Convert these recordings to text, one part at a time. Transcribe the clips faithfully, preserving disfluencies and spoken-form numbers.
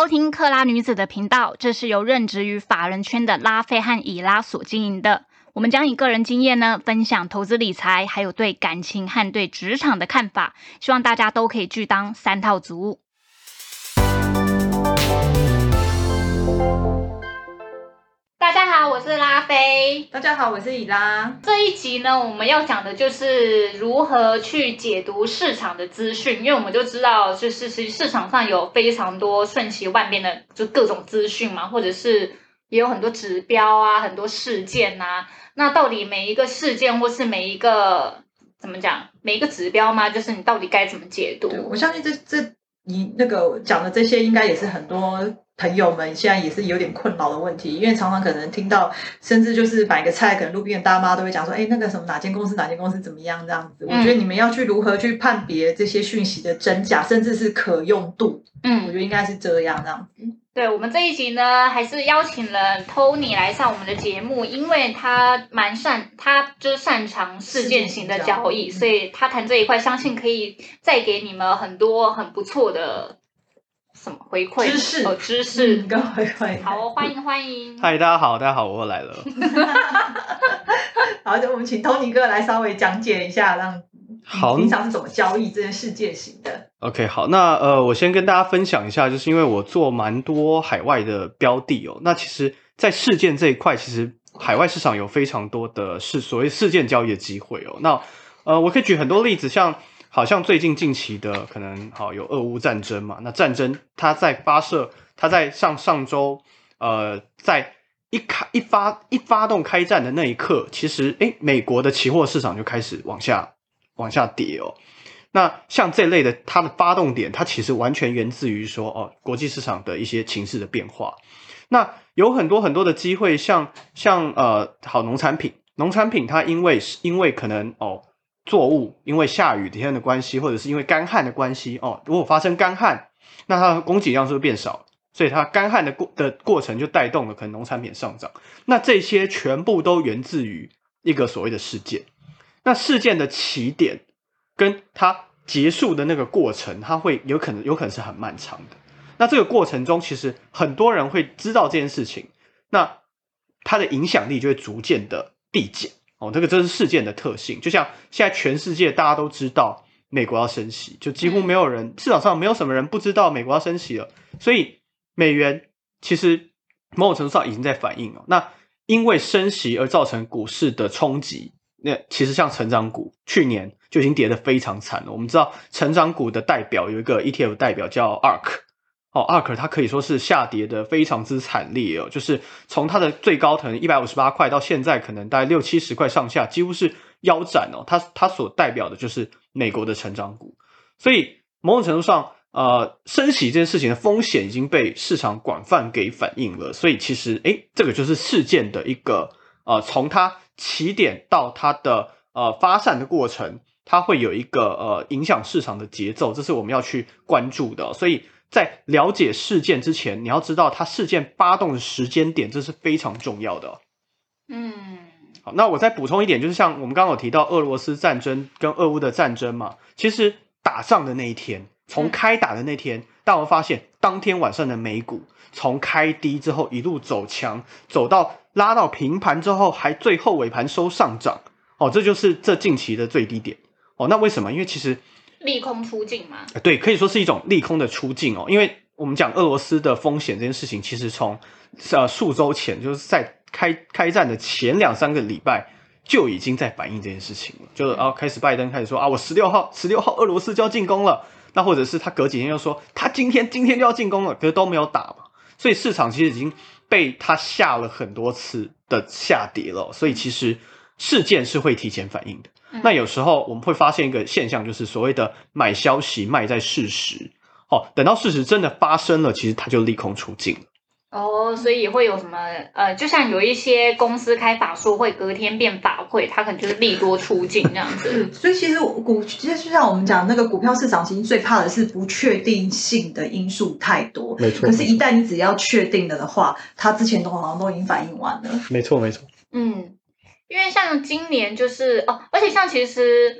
收听克拉女子的频道，这是由任职于法人圈的拉菲和以拉所经营的。我们将以个人经验呢，分享投资理财，还有对感情和对职场的看法，希望大家都可以拒当三套族。大家好，我是拉菲。 大家好，我是以拉。 这一集呢，我们要讲的就是如何去解读市场的资讯，因为我们就知道，就是其实市场上有非常多瞬息万变的，就各种资讯嘛，或者是也有很多指标啊，很多事件啊。那到底每一个事件或是每一个怎么讲，每一个指标吗？就是你到底该怎么解读？ 我相信这这你那个讲的这些，应该也是很多朋友们现在也是有点困扰的问题，因为常常可能听到，甚至就是买个菜，可能路边的大妈都会讲说，哎，那个什么哪间公司哪间公司怎么样这样子。嗯、我觉得你们要去如何去判别这些讯息的真假，甚至是可用度，嗯，我觉得应该是这样这样子。 对，我们这一集呢，还是邀请了 Tony 来上我们的节目，因为他蛮擅，他就是擅长事件型的交易，所以他谈这一块，相信可以再给你们很多很不错的什么回馈知识哦，知识跟回馈。 好，欢迎欢迎。 嗨，大家好，大家好，我又来了。 好，就我们请 Tony 哥来稍微讲解一下，让好平常是怎么交易这件事件型的。 OK， 好，那呃，我先跟大家分享一下，就是因为我做蛮多海外的标的哦，那其实，在事件这一块，其实海外市场有非常多的是所谓事件交易的机会哦。那呃，我可以举很多例子，像好像最近近期的可能好有俄乌战争嘛，那战争它在发射，它在上上周呃，在一开一发一发动开战的那一刻，其实诶，美国的期货市场就开始往下往下跌哦。那像这类的，它的发动点，它其实完全源自于说，哦，国际市场的一些情势的变化。那有很多很多的机会，像像呃，好农产品，农产品它因为因为可能哦，作物因为下雨天的关系，或者是因为干旱的关系哦，如果发生干旱，那它的供给量是不是变少？所以它干旱的过的过程就带动了可能农产品上涨。那这些全部都源自于一个所谓的事件。那事件的起点跟它结束的那个过程，它会有可能有可能是很漫长的。那这个过程中，其实很多人会知道这件事情，那它的影响力就会逐渐的递减哦。这个这是事件的特性，就像现在全世界大家都知道美国要升息，就几乎没有人市场上没有什么人不知道美国要升息了，所以美元其实某种程度上已经在反应了。那因为升息而造成股市的冲击。那其实像成长股，去年就已经跌得非常惨了。我们知道成长股的代表有一个 E T F 代表叫 A R K， 哦 A R K 它可以说是下跌的非常之惨烈哦，就是从它的最高可能一百五十八块到现在可能大概六七十块上下，几乎是腰斩哦。它它所代表的就是美国的成长股，所以某种程度上，呃，升息这件事情的风险已经被市场广泛给反映了。所以其实，诶，这个就是事件的一个呃，从它起点到它的呃发散的过程，它会有一个呃影响市场的节奏，这是我们要去关注的。所以在了解事件之前，你要知道它事件发动的时间点，这是非常重要的。 嗯， 好，那我再补充一点，就是像我们刚刚有提到俄罗斯战争跟俄乌的战争嘛，其实打仗的那一天，从开打的那天，但我发现当天晚上的美股从开低之后一路走强，走到拉到平盘之后，还最后尾盘收上涨，哦，这就是这近期的最低点哦。那为什么？因为其实利空出尽嘛， 对，可以说是一种利空的出尽哦。因为我们讲俄罗斯的风险这件事情，其实从呃数周前，就是在开开战的前两三个礼拜就已经在反映这件事情了，就是啊，开始拜登开始说啊，我十六号十六号俄罗斯就要进攻了，那或者是他隔几天又说他今天今天就要进攻了，可是都没有打嘛，所以市场其实已经被他下了很多次的下跌了，所以其实事件是会提前反应的。嗯、那有时候我们会发现一个现象，就是所谓的买消息卖在事实，哦，等到事实真的发生了，其实它就利空出尽了。 哦，所以也会有什么呃，就像有一些公司开法说会，隔天变法会，它可能就是利多出尽这样子。 所以其实股，其实就像我们讲那个股票市场，其实最怕的是不确定性的因素太多。 没错。 可是，一旦你只要确定了的话，它之前都好像都已经反应完了。 没错，没错。 嗯，因为像今年就是哦，而且像其实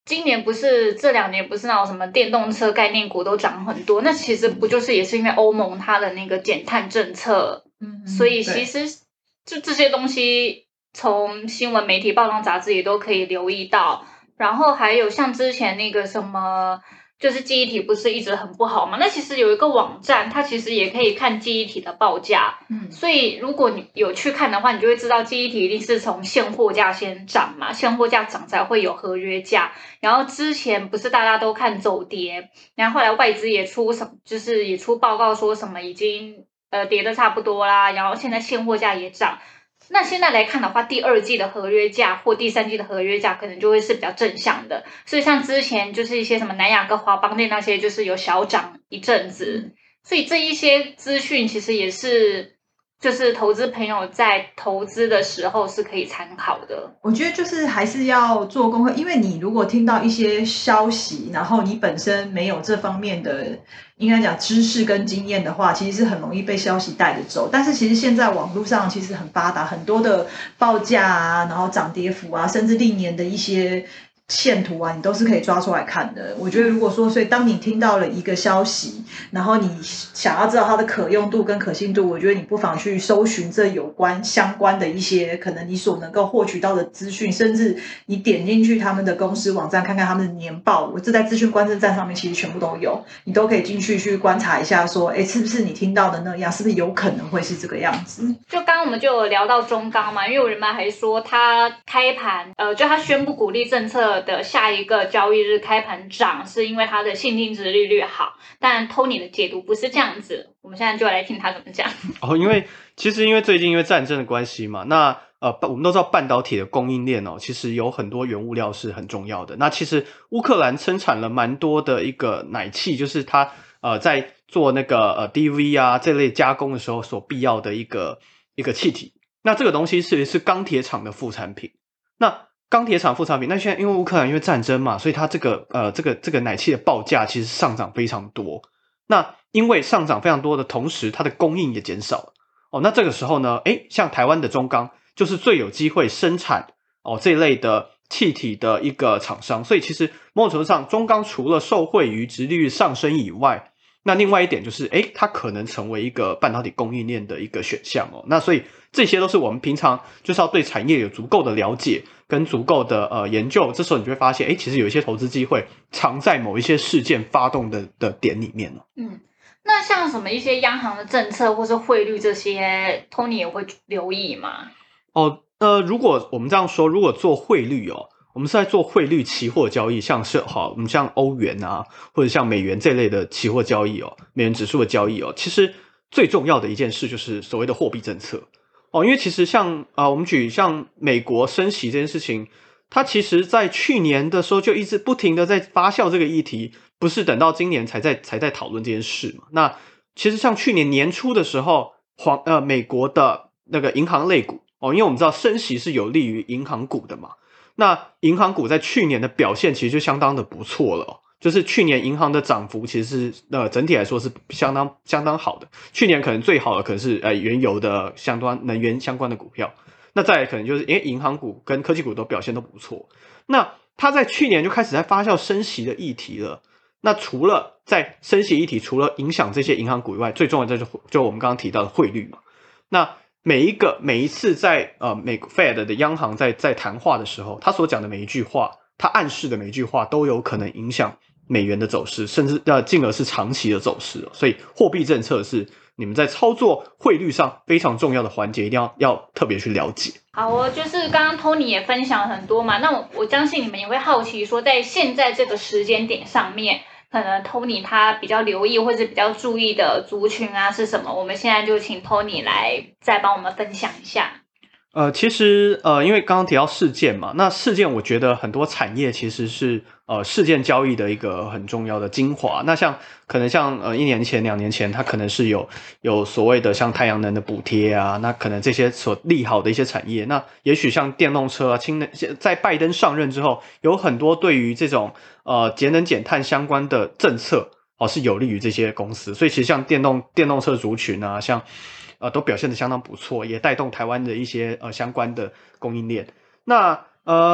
今年不是这两年不是那种什么电动车概念股都涨很多，那其实不就是也是因为欧盟它的那个减碳政策， 嗯， 所以其实就这些东西从新闻媒体、报章、杂志也都可以留意到。然后还有像之前那个什么，就是记忆体不是一直很不好嘛？那其实有一个网站，它其实也可以看记忆体的报价。嗯，所以如果你有去看的话，你就会知道记忆体一定是从现货价先涨嘛，现货价涨才会有合约价。然后之前不是大家都看走跌，然后后来外资也出什么，就是也出报告说什么已经呃跌的差不多啦，然后现在现货价也涨。那现在来看的话，第二季的合约价或第三季的合约价可能就会是比较正向的，所以像之前就是一些什么南亚跟华邦电那些，就是有小涨一阵子，所以这一些资讯其实也是就是投资朋友在投资的时候是可以参考的。 我觉得就是还是要做功课，因为你如果听到一些消息，然后你本身没有这方面的应该讲知识跟经验的话，其实是很容易被消息带着走。但是其实现在网络上其实很发达，很多的报价啊，然后涨跌幅啊，甚至历年的一些线图啊，你都是可以抓出来看的。我觉得如果说，所以当你听到了一个消息，然后你想要知道它的可用度跟可信度，我觉得你不妨去搜寻这有关相关的一些可能你所能够获取到的资讯，甚至你点进去他们的公司网站看看他们的年报，我这在资讯观测站上面其实全部都有，你都可以进去去观察一下说，诶，是不是你听到的那样，是不是有可能会是这个样子。 就刚刚我们就有聊到中钢嘛，因为有人们还说他开盘呃，就他宣布鼓励政策的下一个交易日开盘涨，是因为它的现金殖利率好，但 Tony 的解读不是这样子，我们现在就来听他怎么讲。 哦，因为其实因为最近因为战争的关系嘛，那呃我们都知道半导体的供应链哦，其实有很多原物料是很重要的。那其实乌克兰生产了蛮多的一个奶气，就是它呃在做那个呃 D V 啊这类加工的时候所必要的一个一个气体。那这个东西是是钢铁厂的副产品。那钢铁厂副产品，那现在因为乌克兰因为战争嘛，所以它这个呃这个这个奶气的报价其实上涨非常多。那因为上涨非常多的同时，它的供应也减少了哦。那这个时候呢，诶，像台湾的中钢就是最有机会生产哦这一类的气体的一个厂商。所以其实某种程度上，中钢除了受惠于殖利率上升以外，那另外一点就是，诶，它可能成为一个半导体供应链的一个选项哦。那所以这些都是我们平常就是要对产业有足够的了解跟足够的呃研究，这时候你就会发现，诶，其实有一些投资机会藏在某一些事件发动的的点里面了。 嗯，那像什么一些央行的政策或是汇率这些 ，Tony 也会留意吗？ 哦，呃，如果我们这样说，如果做汇率哦。我们是在做汇率期货交易，像是好，我们像欧元啊，或者像美元这类的期货交易哦，美元指数的交易哦，其实最重要的一件事就是所谓的货币政策哦，因为其实像啊、呃，我们举像美国升息这件事情，它其实在去年的时候就一直不停的在发酵这个议题，不是等到今年才在才在讨论这件事嘛。那其实像去年年初的时候，黄呃美国的那个银行类股哦，因为我们知道升息是有利于银行股的嘛。那银行股在去年的表现其实就相当的不错了、哦，就是去年银行的涨幅其实是呃整体来说是相当相当好的。去年可能最好的可能是呃原油的相关能源相关的股票，那再来可能就是因为银行股跟科技股都表现都不错。那它在去年就开始在发酵升息的议题了。那除了在升息议题，除了影响这些银行股以外，最重要的就是就我们刚刚提到的汇率嘛。那每一个每一次在呃美国 Fed 的央行在在谈话的时候，他所讲的每一句话，他暗示的每一句话都有可能影响美元的走势，甚至呃进而是长期的走势。所以货币政策是你们在操作汇率上非常重要的环节，一定要要特别去了解。 好哦，就是刚刚 Tony 也分享了很多嘛，那我我相信你们也会好奇说，在现在这个时间点上面，可能 Tony 他比较留意或者比较注意的族群啊是什么？我们现在就请 Tony 来再帮我们分享一下。 呃，其实呃，因为刚刚提到事件嘛，那事件我觉得很多产业其实是呃事件交易的一个很重要的精华。那像可能像呃一年前、两年前，它可能是有有所谓的像太阳能的补贴啊，那可能这些所利好的一些产业，那也许像电动车啊、氢能，在拜登上任之后，有很多对于这种呃节能减碳相关的政策哦、呃、是有利于这些公司，所以其实像电动电动车族群啊，像。呃，都表现得相当不错，也带动台湾的一些呃相关的供应链。那呃，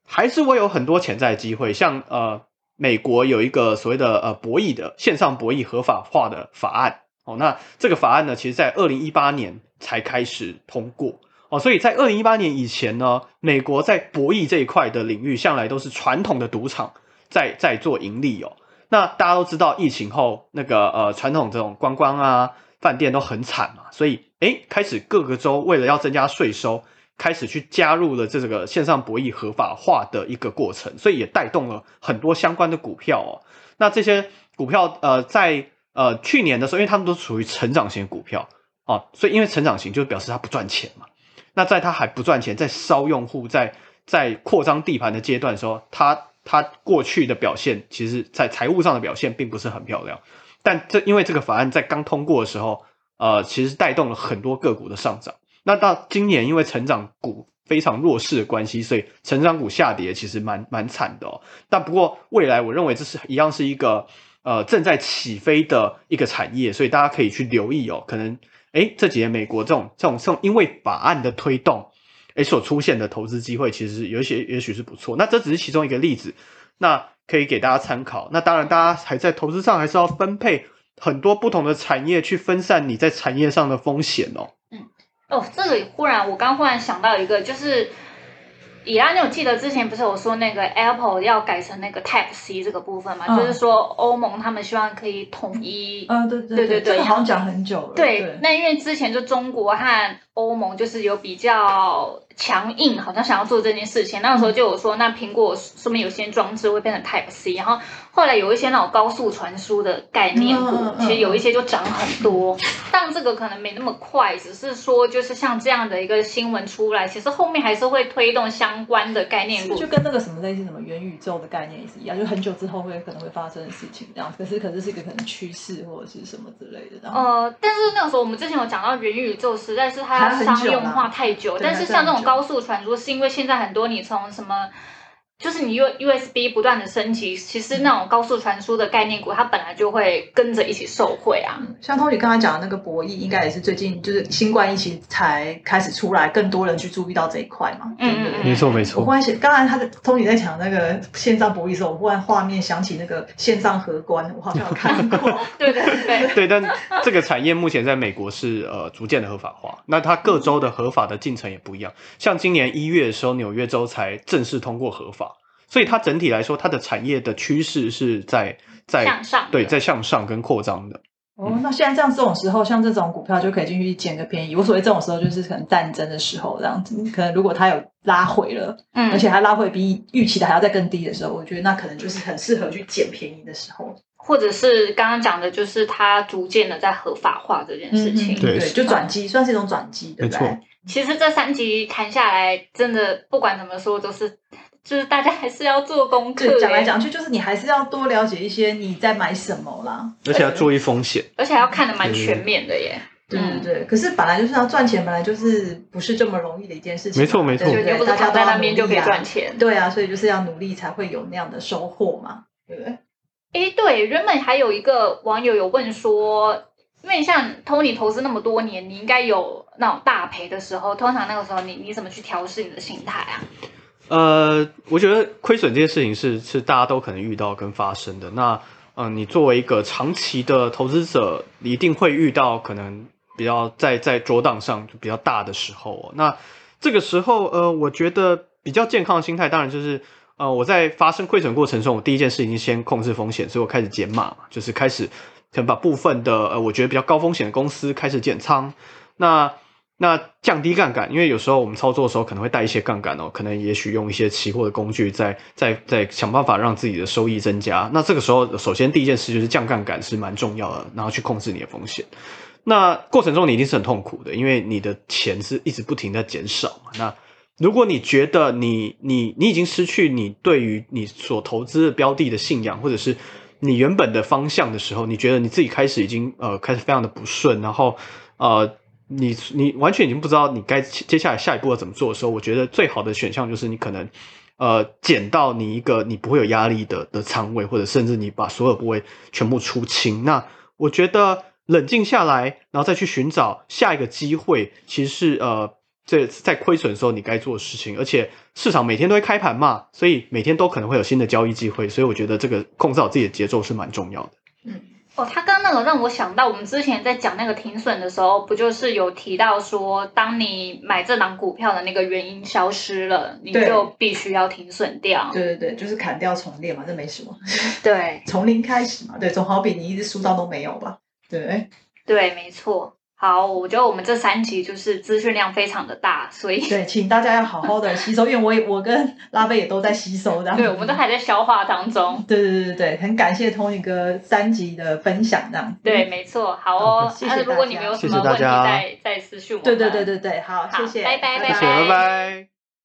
还是会有很多潜在的机会，像呃美国有一个所谓的呃博弈的线上博弈合法化的法案哦，那这个法案呢，其实在二零一八年才开始通过哦，所以在二零一八年以前呢，美国在博弈这一块的领域向来都是传统的赌场在在做盈利哦。那大家都知道，疫情后那个呃传统这种观光啊饭店都很惨嘛，所以诶开始各个州为了要增加税收，开始去加入了这个线上博弈合法化的一个过程，所以也带动了很多相关的股票哦。那这些股票呃在呃去年的时候，因为他们都属于成长型股票哦，所以因为成长型就表示它不赚钱嘛。那在它还不赚钱，在烧用户在在扩张地盘的阶段的时候，它它过去的表现，其实在财务上的表现并不是很漂亮。但这因为这个法案在刚通过的时候，呃，其实带动了很多个股的上涨。那到今年，因为成长股非常弱势的关系，所以成长股下跌其实蛮蛮惨的哦。但不过未来我认为这是一样是一个呃正在起飞的一个产业，所以大家可以去留意哦。可能诶这几年美国这种这种这种因为法案的推动，诶所出现的投资机会，其实有一些也许是不错。那这只是其中一个例子，那可以给大家参考。那当然，大家还在投资上还是要分配很多不同的产业，去分散你在产业上的风险哦。 嗯，哦，这个忽然我刚忽然想到一个，就是以拉，你有记得之前不是有说那个 Apple 要改成那个 Type C 这个部分嘛？嗯、就是说欧盟他们希望可以统一。 嗯，对对对对对， 这个好像讲很久了。 对， 对那因为之前就中国和欧盟就是有比较强硬，好像想要做这件事情。那时候就有说，那苹果说明有些装置会变成 Type C， 然后后来有一些那种高速传输的概念股， 嗯嗯嗯、 其实有一些就涨很多。但这个可能没那么快，只是说就是像这样的一个新闻出来，其实后面还是会推动相关的概念股， 就跟那个什么类似什么元宇宙的概念也是一样，就很久之后会可能会发生的事情这样。可是可是是一个可能趋势或者是什么之类的这样。 呃，但是那个时候我们之前有讲到元宇宙，实在是它要商用化太久。但是像这种高速传输，是因为现在很多你从什么，就是你 U S B 不断的升级，其实那种高速传输的概念股，它本来就会跟着一起受惠啊。 嗯、像Tony刚才讲的那个博弈，应该也是最近就是新冠疫情才开始出来，更多人去注意到这一块嘛。嗯嗯嗯， 没错没错。 我忽然想，刚才他的 Tony 在讲那个线上博弈的时候，我忽然画面想起那个线上荷官，我好像有看过。 对对对对，但这个产业目前在美国是呃逐渐的合法化，那它各州的合法的进程也不一样。像今年一月的时候，纽约州才正式通过合法。所以它整体来说，它的产业的趋势是在在向上， 对，在向上跟扩张的。 哦，那现在这样这种时候，像这种股票就可以进去捡个便宜。我所谓这种时候，就是可能战争的时候这样子。可能如果它有拉回了，嗯，而且它拉回比预期的还要再更低的时候，我觉得那可能就是很适合去捡便宜的时候。 或者是刚刚讲的，就是它逐渐的在合法化这件事情。 嗯、对, 对，就转机，算是一种转机，对不对？ 没错。 其实这三集谈下来，真的不管怎么说，都是。就是大家还是要做功课， 讲来讲去就是你还是要多了解一些你在买什么啦， 而且要注意风险， 而且要看得蛮全面的耶。 对对对，可是本来就是要赚钱，本来就是不是这么容易的一件事情。 没错没错， 对对，不是躺在那边就可以赚钱。 对啊，所以就是要努力才会有那样的收获嘛，对不对？ 哎，对，原本还有一个网友有问说，因为像 Tony 投资那么多年，你应该有那种大赔的时候，通常那个时候你你怎么去调试你的心态啊？ 呃，我觉得亏损这件事情是是大家都可能遇到跟发生的。那嗯、呃，你作为一个长期的投资者，你一定会遇到可能比较在在drawdown档上就比较大的时候、哦。那这个时候，呃，我觉得比较健康的心态，当然就是呃，我在发生亏损过程中，我第一件事情是先控制风险，所以我开始减码嘛，就是开始可能把部分的呃，我觉得比较高风险的公司开始减仓。那那降低杠杆，因为有时候我们操作的时候可能会带一些杠杆哦，可能也许用一些期货的工具在在在想办法让自己的收益增加。那这个时候，首先第一件事就是降杠杆是蛮重要的，然后去控制你的风险。那过程中你一定是很痛苦的，因为你的钱是一直不停在减少嘛。那如果你觉得你你你已经失去你对于你所投资的标的的信仰，或者是你原本的方向的时候，你觉得你自己开始已经呃开始非常的不顺，然后呃。你你完全已经不知道你该接下来下一步要怎么做的时候，我觉得最好的选项就是你可能呃减到你一个你不会有压力的的仓位，或者甚至你把所有部位全部出清。那我觉得冷静下来，然后再去寻找下一个机会，其实是呃这在亏损的时候你该做的事情，而且市场每天都会开盘嘛，所以每天都可能会有新的交易机会，所以我觉得这个控制好自己的节奏是蛮重要的。 嗯。 哦，他刚刚那个让我想到，我们之前在讲那个停损的时候，不就是有提到说，当你买这档股票的那个原因消失了，你就必须要停损掉。 对对对，就是砍掉重练嘛，这没什么。 对， 从零开始嘛，对，总好比你一直输到都没有吧？对。 对，没错。好，我觉得我们这三集就是资讯量非常的大，所以对，请大家要好好的吸收，因为我也我跟拉贝也都在吸收这样。 对，我们都还在消化当中。 对对对对，很感谢 Tony 哥三集的分享这样。 对，没错。好哦， 谢谢大家。 如果你们有什么问题，再再私讯我们。 对对对对对，好，谢谢， 拜拜谢谢，拜拜。